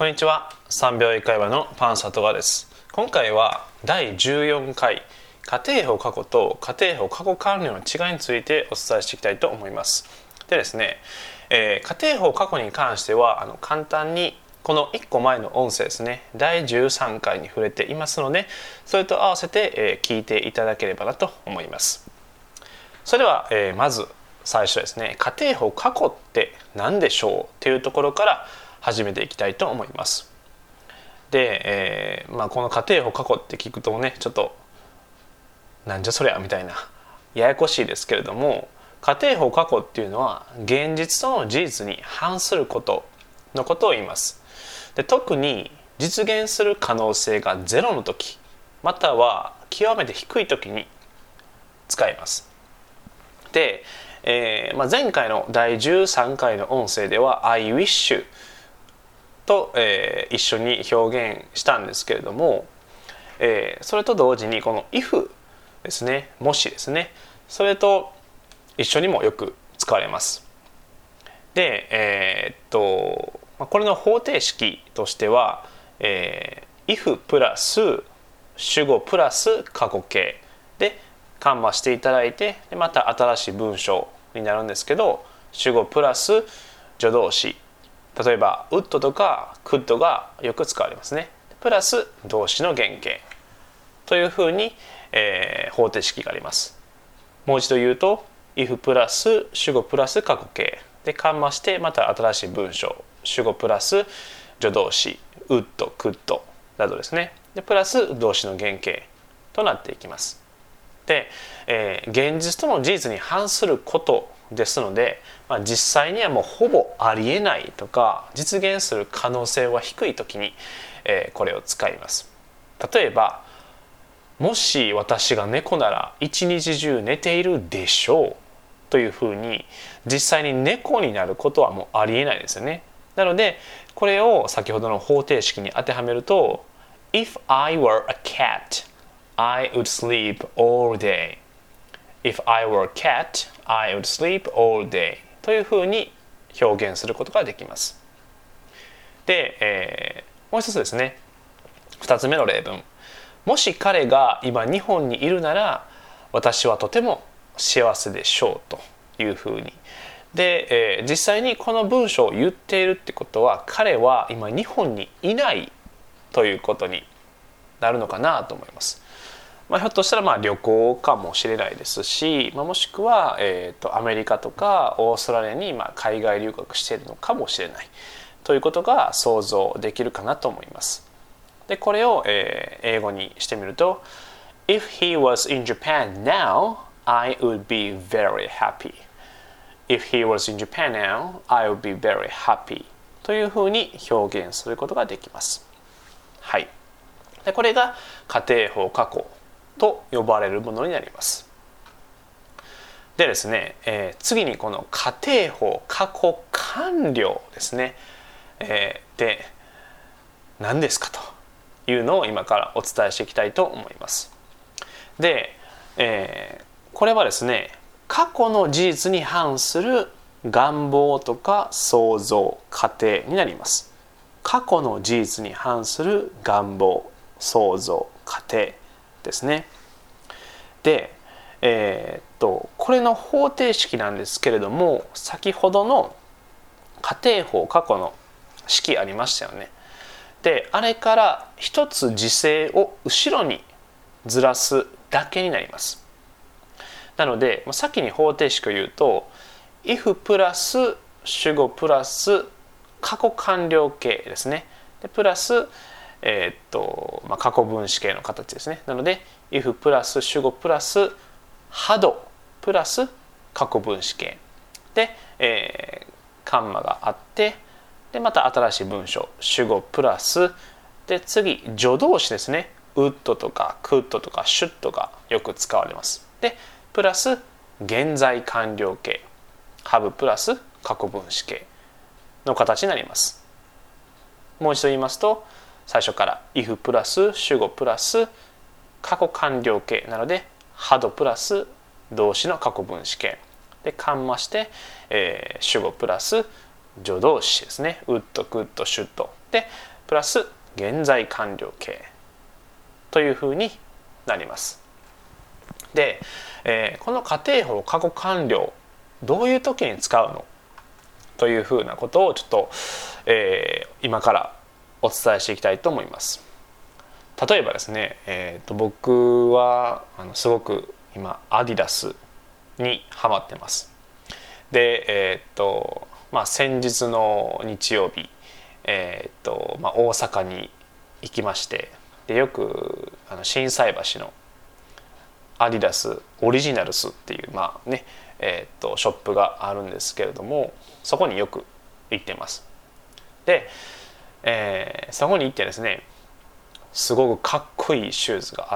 こんにちは。3秒英会話のパンサトガです。今回は第14回家庭法過去と家庭法過去完了の違いについてお伝えしていきたいと思います。でですね、家庭法過去に関しては簡単にこの1個前の音声ですね、第13回に触れていますので、それと合わせて聞いていただければなと思います。それではまず最初ですね、家庭法過去って何でしょうっていうところから始めていきたいと思います。で、この家庭法過去って聞くとね、ちょっとなんじゃそりゃみたいなややこしいですけれども、家庭法過去っていうのは現実との事実に反することのことを言います。で、特に実現する可能性がゼロの時、または極めて低い時に使います。で、前回の第13回の音声では I wish と、一緒に表現したんですけれども、それと同時にこの if ですね、もしですね、それと一緒にもよく使われます。で、これの方程式としては、if プラス主語プラス過去形でカンマしていただいて、また新しい文章になるんですけど、主語プラス助動詞、例えば would とか could がよく使われますね。プラス動詞の原型というふうに、方程式があります。もう一度言うと if プラス主語プラス過去形でカンマしてまた新しい文章、主語プラス助動詞 would could などですね。でプラス動詞の原型となっていきます。で、現実との事実に反することですので、実際にはもうほぼありえないとか実現する可能性は低い時に、これを使います。例えば、もし私が猫なら一日中寝ているでしょうというふうに実際に猫になることはもうありえないですよね。なのでこれを先ほどの方程式に当てはめると If I were a cat, I would sleep all day. If I were a cat, I would sleep all day. というふうに表現することができます。で、もう一つですね、2つ目の例文。もし彼が今日本にいるなら、私はとても幸せでしょうというふうに。で、実際にこの文章を言っているってことは、彼は今日本にいないということになるのかなと思います。ひょっとしたら旅行かもしれないですし、もしくは、アメリカとかオーストラリアに海外留学しているのかもしれないということが想像できるかなと思います。でこれを、英語にしてみると If he was in Japan now, I would be very happy. If he was in Japan now, I would be very happy. というふうに表現することができます。はい。でこれが家庭法過去と呼ばれるものになります。でですね、次にこの家庭法過去完了ですね、で何ですかというのを今からお伝えしていきたいと思います。で、これはですね、過去の事実に反する願望とか想像、仮定になります。過去の事実に反する願望、想像、仮定ですね。で、これの方程式なんですけれども、先ほどの家庭法過去の式ありましたよね。で、あれから一つ時制を後ろにずらすだけになります。なので、先に方程式を言うと、if プラス主語プラス過去完了形ですね。でプラス過去分詞形の形ですね。なので if プラス主語プラスhadプラス過去分詞形で、カンマがあって、でまた新しい文章主語プラスで次助動詞ですね。would とか could とか should がよく使われます。でプラス現在完了形 have プラス過去分詞形の形になります。もう一度言いますと、最初から if プラス主語プラス過去完了形なので had プラス動詞の過去分詞形でカンマして、主語プラス助動詞ですね。would, could, should でプラス現在完了形というふうになります。で、この仮定法過去完了どういう時に使うのというふうなことをちょっと、今からお伝えしていきたいと思います。例えばですね、僕はすごく今アディダスにハマってます。で、先日の日曜日、大阪に行きまして、でよく心斎橋のアディダスオリジナルスっていうショップがあるんですけれども、そこによく行ってます。で、そこに行ってですね、すごくかっこいいシューズがあって、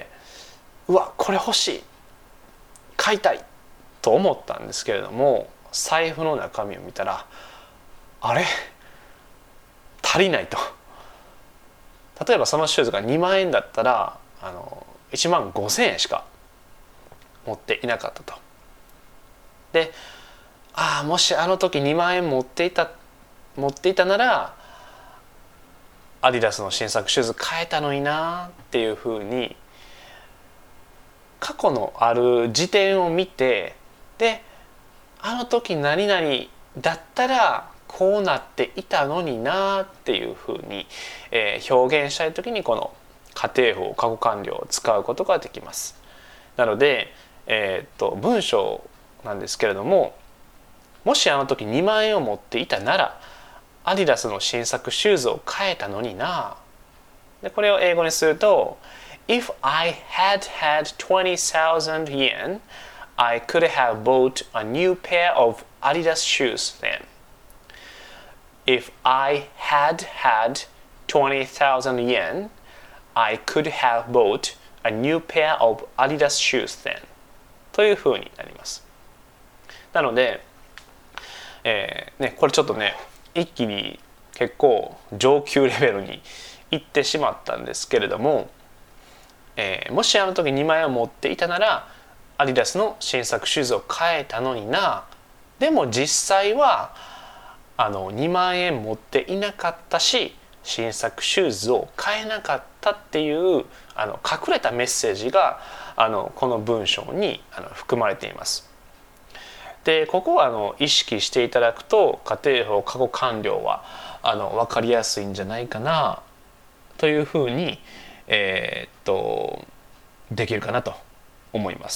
うわこれ欲しい、買いたいと思ったんですけれども、財布の中身を見たらあれ足りないと。例えばそのシューズが2万円だったら1万5,000円しか持っていなかったと。で、もしあの時2万円持っていたならアディダスの新作シューズ買えたのになっていうふうに、過去のある時点を見て、であの時何々だったらこうなっていたのになっていうふうに、表現したい時にこの仮定法過去完了を使うことができます。なので、文章なんですけれども、もしあの時2万円を持っていたならアディダスの新作シューズを買えたのにな。でこれを英語にすると If I had had 20,000 yen, I could have bought a new pair of Adidas shoes then. If I had had 20,000 yen, I could have bought a new pair of Adidas shoes then. というふうになります。なので、これちょっとね、一気に結構上級レベルに行ってしまったんですけれども、もしあの時2万円を持っていたならアディダスの新作シューズを買えたのにな。でも実際は2万円持っていなかったし、新作シューズを買えなかったっていう隠れたメッセージがこの文章に含まれています。でここは意識していただくと仮定法過去完了は分かりやすいんじゃないかなというふうに、できるかなと思います。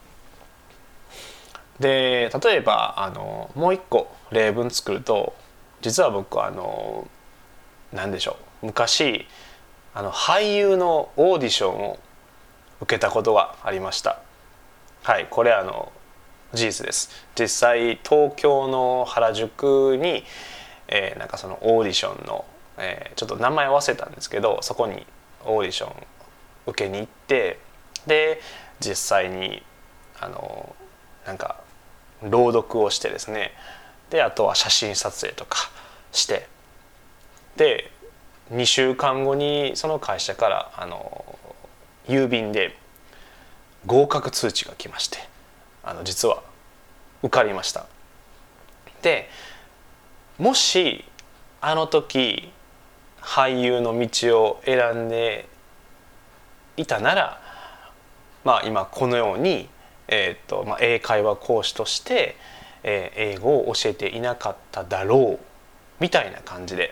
で例えばもう一個例文作ると、実は僕何でしょう、昔俳優のオーディションを受けたことがありました。はい、これ事実です。実際東京の原宿に、そのオーディションの、ちょっと名前忘れたんですけど、そこにオーディション受けに行って、で実際に朗読をしてですね、であとは写真撮影とかして、で2週間後にその会社から郵便で合格通知が来まして、実は受かりました。でもしあの時俳優の道を選んでいたなら、今このように、英会話講師として、英語を教えていなかっただろうみたいな感じで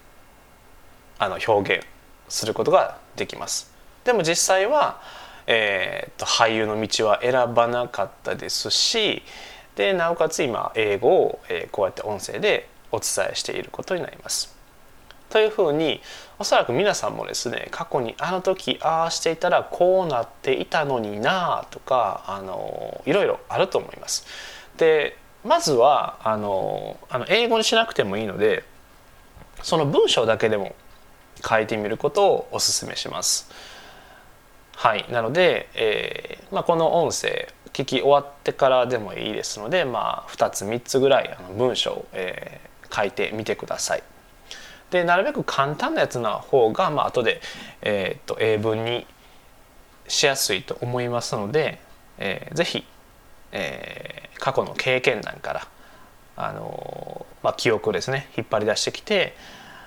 表現することができます。でも実際は、俳優の道は選ばなかったですし、でなおかつ今英語を、こうやって音声でお伝えしていることになります。というふうにおそらく皆さんもですね、過去にあの時ああしていたらこうなっていたのになとかいろいろあると思います。でまずは英語にしなくてもいいので、その文章だけでも書いてみることをお勧めします。はい、なので、この音声聞き終わってからでもいいですので、2つ3つぐらい文章を、書いてみてください。でなるべく簡単なやつの方が、後で、英文にしやすいと思いますので、ぜひ、過去の経験談から記憶をですね引っ張り出してきて、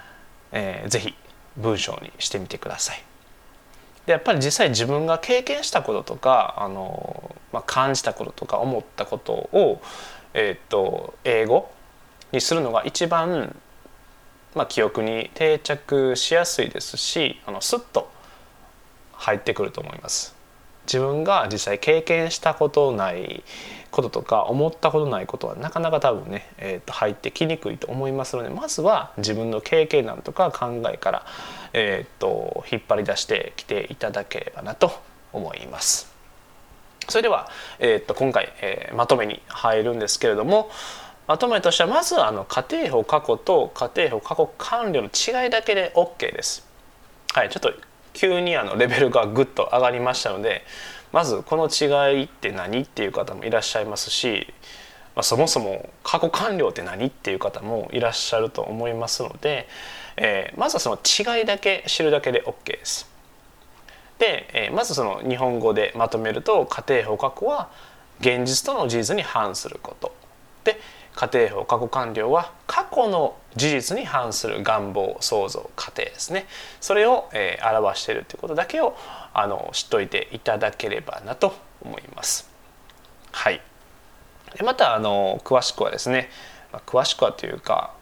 ぜひ文章にしてみてください。でやっぱり実際自分が経験したこととか感じたこととか思ったことを、英語にするのが一番、記憶に定着しやすいですしスッと入ってくると思います。自分が実際経験したことないこととか思ったことないことはなかなか多分ね、入ってきにくいと思いますので、まずは自分の経験談とか考えから、引っ張り出してきていただければなと思います。それでは、今回、まとめに入るんですけれども、まとめとしてはまず仮定法過去と仮定法過去完了の違いだけで OK です。はい、ちょっと急にレベルがぐっと上がりましたので、まずこの違いって何っていう方もいらっしゃいますし、そもそも過去完了って何っていう方もいらっしゃると思いますので、まずはその違いだけ知るだけで OK です。で、まずその日本語でまとめると、仮定法過去は現実との事実に反することで、仮定法過去完了は過去の事実に反する願望想像過程ですね。それを、表しているということだけを知っておいていただければなと思います。はい。でまた詳しくはですね、詳しくはというか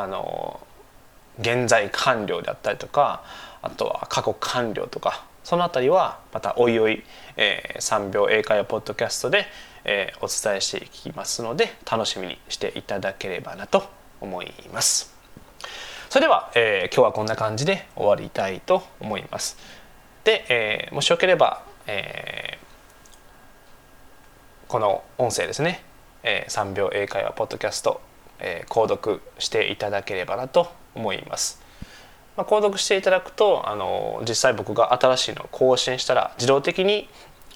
現在完了であったりとか、あとは過去完了とか、そのあたりはまたおいおい、3秒英会話ポッドキャストで、お伝えしていきますので、楽しみにしていただければなと思います。それでは、今日はこんな感じで終わりたいと思います。で、もしよければ、この音声ですね、3秒英会話ポッドキャスト、購読していただければなと思います。購読していただくと実際僕が新しいのを更新したら自動的に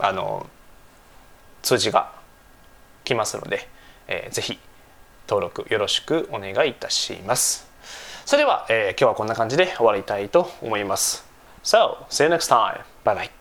通知が来ますので、ぜひ登録よろしくお願いいたします。それでは、今日はこんな感じで終わりたいと思います。So, see you next time. Bye bye.